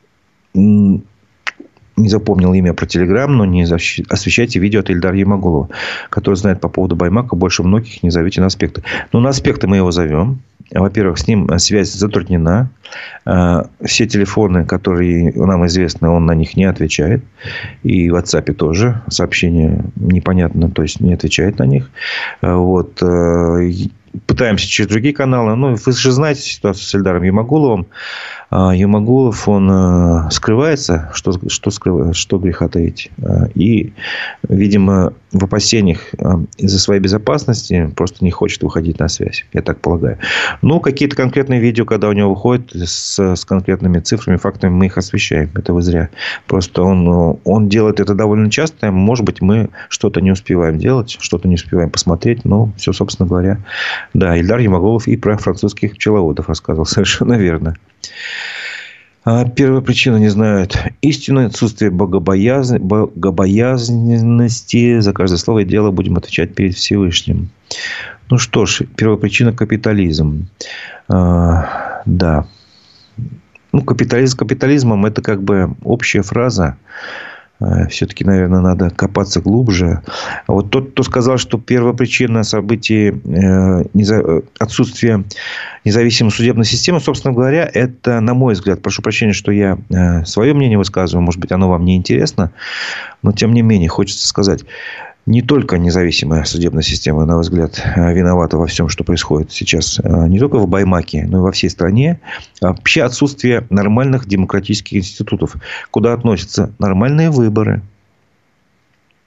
Speaker 1: Не запомнил имя про Телеграм, но не освещайте видео от Ильдара Ямагулова, который знает по поводу Баймака больше многих, не зовите на аспекты. Ну, на аспекты мы его зовем. Во-первых, с ним связь затруднена. Все телефоны, которые нам известны, он на них не отвечает. И в WhatsApp тоже сообщения непонятно, то есть не отвечает на них. Вот. Пытаемся через другие каналы. Ну, вы же знаете ситуацию с Ильдаром Ямагуловым. Ямагулов, он скрывается, что, что, скрывает, что греха таить. И, видимо, в опасениях из-за своей безопасности просто не хочет выходить на связь. Я так полагаю. Ну, какие-то конкретные видео, когда у него выходят с, с конкретными цифрами, фактами, мы их освещаем. Это вы зря. Просто он, он делает это довольно часто. Может быть, мы что-то не успеваем делать, что-то не успеваем посмотреть. Но все, собственно говоря. Да, Ильдар Ямагулов и про французских пчеловодов рассказывал. Совершенно верно. Первая причина не знают истины, отсутствие богобоязни, богобоязненности. За каждое слово и дело будем отвечать перед Всевышним. Ну что ж, первая причина – капитализм. А, да. Ну, капитализм капитализмом – это как бы общая фраза. Все-таки, наверное, надо копаться глубже. А вот тот, кто сказал, что первая причина событий э, неза... отсутствия независимой судебной системы, собственно говоря, это, на мой взгляд, прошу прощения, что я э, свое мнение высказываю, может быть, оно вам не интересно, но, тем не менее, хочется сказать, не только независимая судебная система, на мой взгляд, виновата во всем, что происходит сейчас. Не только в Баймаке, но и во всей стране. Вообще отсутствие нормальных демократических институтов. Куда относятся нормальные выборы.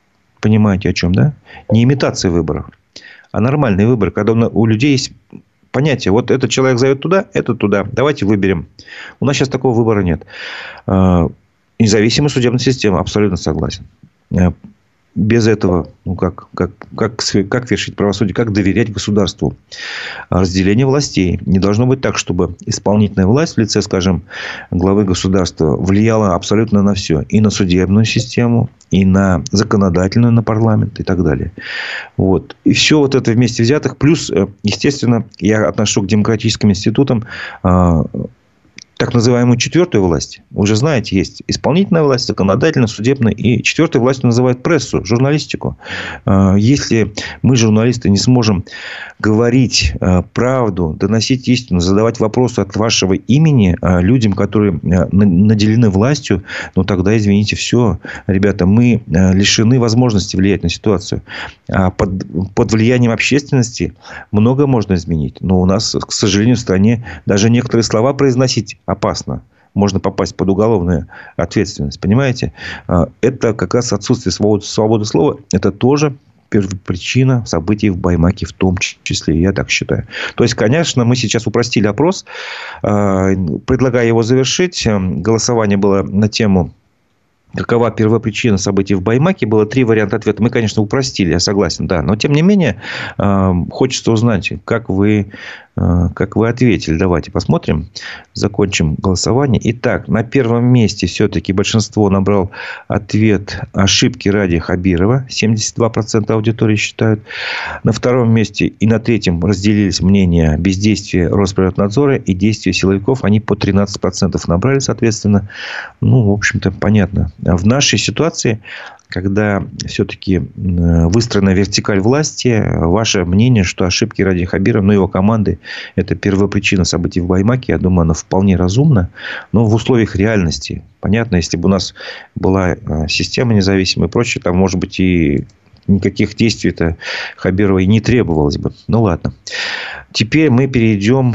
Speaker 1: Понимаете, о чем, да? Не имитация выборов, а нормальный выбор, когда у людей есть понятие. Вот этот человек зовет туда, этот туда. Давайте выберем. У нас сейчас такого выбора нет. Независимая судебная система. Абсолютно согласен. Без этого, ну как, как, как, как вершить правосудие, как доверять государству. Разделение властей. Не должно быть так, чтобы исполнительная власть в лице, скажем, главы государства влияла абсолютно на все. И на судебную систему, и на законодательную, на парламент и так далее. Вот. И все вот это вместе взятых. Плюс, естественно, я отношу к демократическим институтам так называемую четвертую власть. Вы уже знаете, есть исполнительная власть, законодательная, судебная. И четвертой властью называют прессу, журналистику. Если мы, журналисты, не сможем говорить правду, доносить истину, задавать вопросы от вашего имени людям, которые наделены властью, ну тогда, извините, все, ребята, мы лишены возможности влиять на ситуацию. Под, под влиянием общественности много можно изменить. Но у нас, к сожалению, в стране даже некоторые слова произносить опасно. Можно попасть под уголовную ответственность. Понимаете? Это как раз отсутствие свободы, свободы слова. Это тоже первопричина событий в Баймаке в том числе. Я так считаю. То есть, конечно, мы сейчас упростили опрос. Предлагаю его завершить. Голосование было на тему какова первопричина событий в Баймаке. Было три варианта ответа. Мы, конечно, упростили, я согласен, да. Но, тем не менее, хочется узнать, как вы, как вы ответили. Давайте посмотрим. Закончим голосование. Итак, на первом месте все-таки большинство набрал ответ ошибки Ради Хабирова. семьдесят два процента аудитории считают. На втором месте и на третьем разделились мнения бездействия Росприроднадзора и действия силовиков. Они по тринадцать процентов набрали, соответственно. Ну, в общем-то, понятно. В нашей ситуации, когда все-таки выстроена вертикаль власти, ваше мнение, что ошибки Ради Хабирова, ну, его команды, это первопричина событий в Баймаке, я думаю, она вполне разумна. Но в условиях реальности, понятно, если бы у нас была система независимая и прочее, там, может быть, и никаких действий-то Хабирова и не требовалось бы. Ну, ладно. Теперь мы перейдем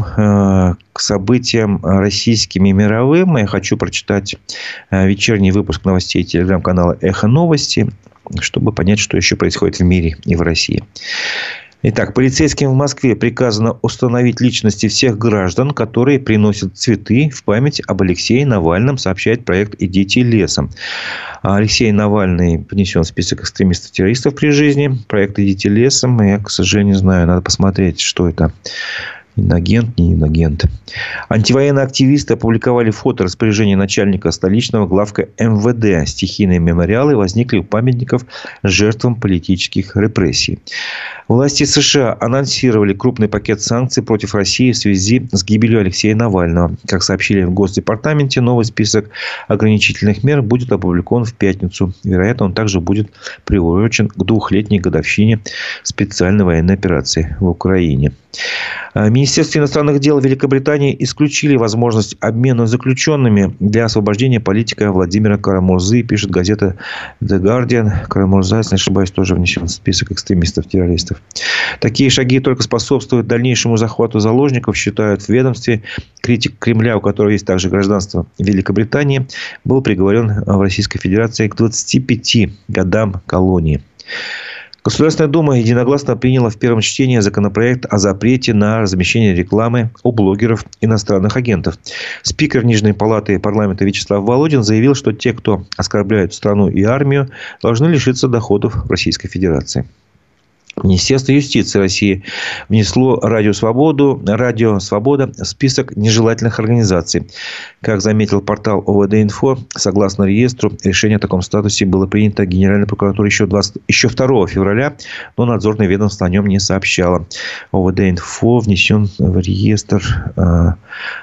Speaker 1: к событиям российским и мировым. Я хочу прочитать вечерний выпуск новостей телеграм-канала «Эхо Новости», чтобы понять, что еще происходит в мире и в России. Итак, полицейским в Москве приказано установить личности всех граждан, которые приносят цветы в память об Алексее Навальном, сообщает проект «Идите лесом». Алексей Навальный внесен в список экстремистов-террористов при жизни. Проект «Идите лесом». Я, к сожалению, не знаю. Надо посмотреть, что это. Инагент, не инагент. Антивоенные активисты опубликовали фото распоряжения начальника столичного главка эм вэ дэ. Стихийные мемориалы возникли у памятников жертвам политических репрессий. Власти США анонсировали крупный пакет санкций против России в связи с гибелью Алексея Навального. Как сообщили в Госдепартаменте, новый список ограничительных мер будет опубликован в пятницу. Вероятно, он также будет приурочен к двухлетней годовщине специальной военной операции в Украине. Министерство иностранных дел Великобритании исключили возможность обмена заключенными для освобождения политика Владимира Карамурзы, пишет газета The Guardian. Карамурза, если не ошибаюсь, тоже внесен в список экстремистов-террористов. Такие шаги только способствуют дальнейшему захвату заложников, считают в ведомстве. Критик Кремля, у которого есть также гражданство Великобритании, был приговорен в Российской Федерации к двадцати пяти годам колонии. Государственная Дума единогласно приняла в первом чтении законопроект о запрете на размещение рекламы у блогеров иностранных агентов. Спикер Нижней палаты парламента Вячеслав Володин заявил, что те, кто оскорбляют страну и армию, должны лишиться доходов в Российской Федерации. Министерство юстиции России внесло Радио Свободу, Радио Свобода в список нежелательных организаций. Как заметил портал о вэ дэ-Инфо, согласно реестру, решение о таком статусе было принято Генеральной прокуратурой еще, двадцатого, еще второго февраля, но надзорное ведомство о нем не сообщало. о вэ дэ-Инфо внесен в реестр э,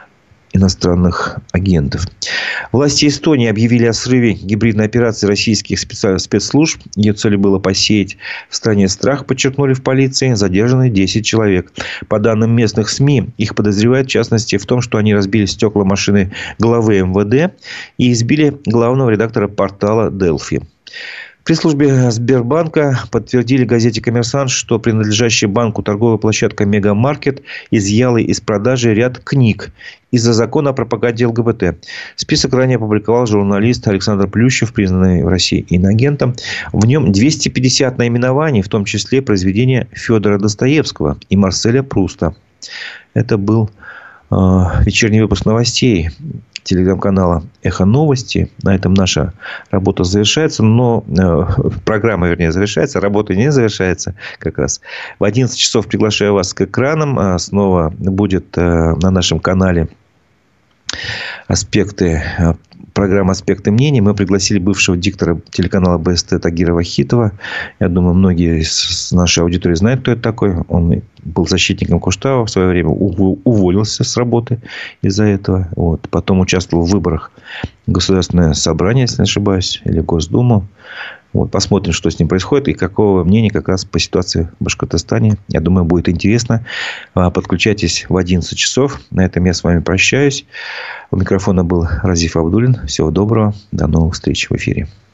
Speaker 1: иностранных агентов. Власти Эстонии объявили о срыве гибридной операции российских спецслужб. Ее целью было посеять в стране страх, подчеркнули в полиции. Задержаны десять человек. По данным местных СМИ, их подозревают в частности в том, что они разбили стекла машины главы эм вэ дэ и избили главного редактора портала Delphi. В пресс-службе Сбербанка подтвердили газете «Коммерсант», что принадлежащая банку торговая площадка «Мегамаркет» изъяла из продажи ряд книг из-за закона о пропаганде ЛГБТ. Список ранее опубликовал журналист Александр Плющев, признанный в России иноагентом. В нем двести пятьдесят наименований, в том числе произведения Федора Достоевского и Марселя Пруста. Это был э, вечерний выпуск новостей телеграм-канала «Эхо Новости». На этом наша работа завершается. Но э, программа, вернее, завершается. Работа не завершается как раз. В одиннадцать часов приглашаю вас к экранам. Снова будет э, на нашем канале аспекты, программа «Аспекты мнений». Мы пригласили бывшего диктора телеканала Бэ Эс Тэ Тагира Вахитова. Я думаю, многие из нашей аудитории знают, кто это такой. Он был защитником Куштау. В свое время уволился с работы из-за этого. Вот. Потом участвовал в выборах в Государственное собрание, если не ошибаюсь, или Госдуму. Вот. Посмотрим, что с ним происходит и какого мнения как раз по ситуации в Башкортостане. Я думаю, будет интересно. Подключайтесь в одиннадцать часов. На этом я с вами прощаюсь. У микрофона был Разиф Абдуллин. Всего доброго. До новых встреч в эфире.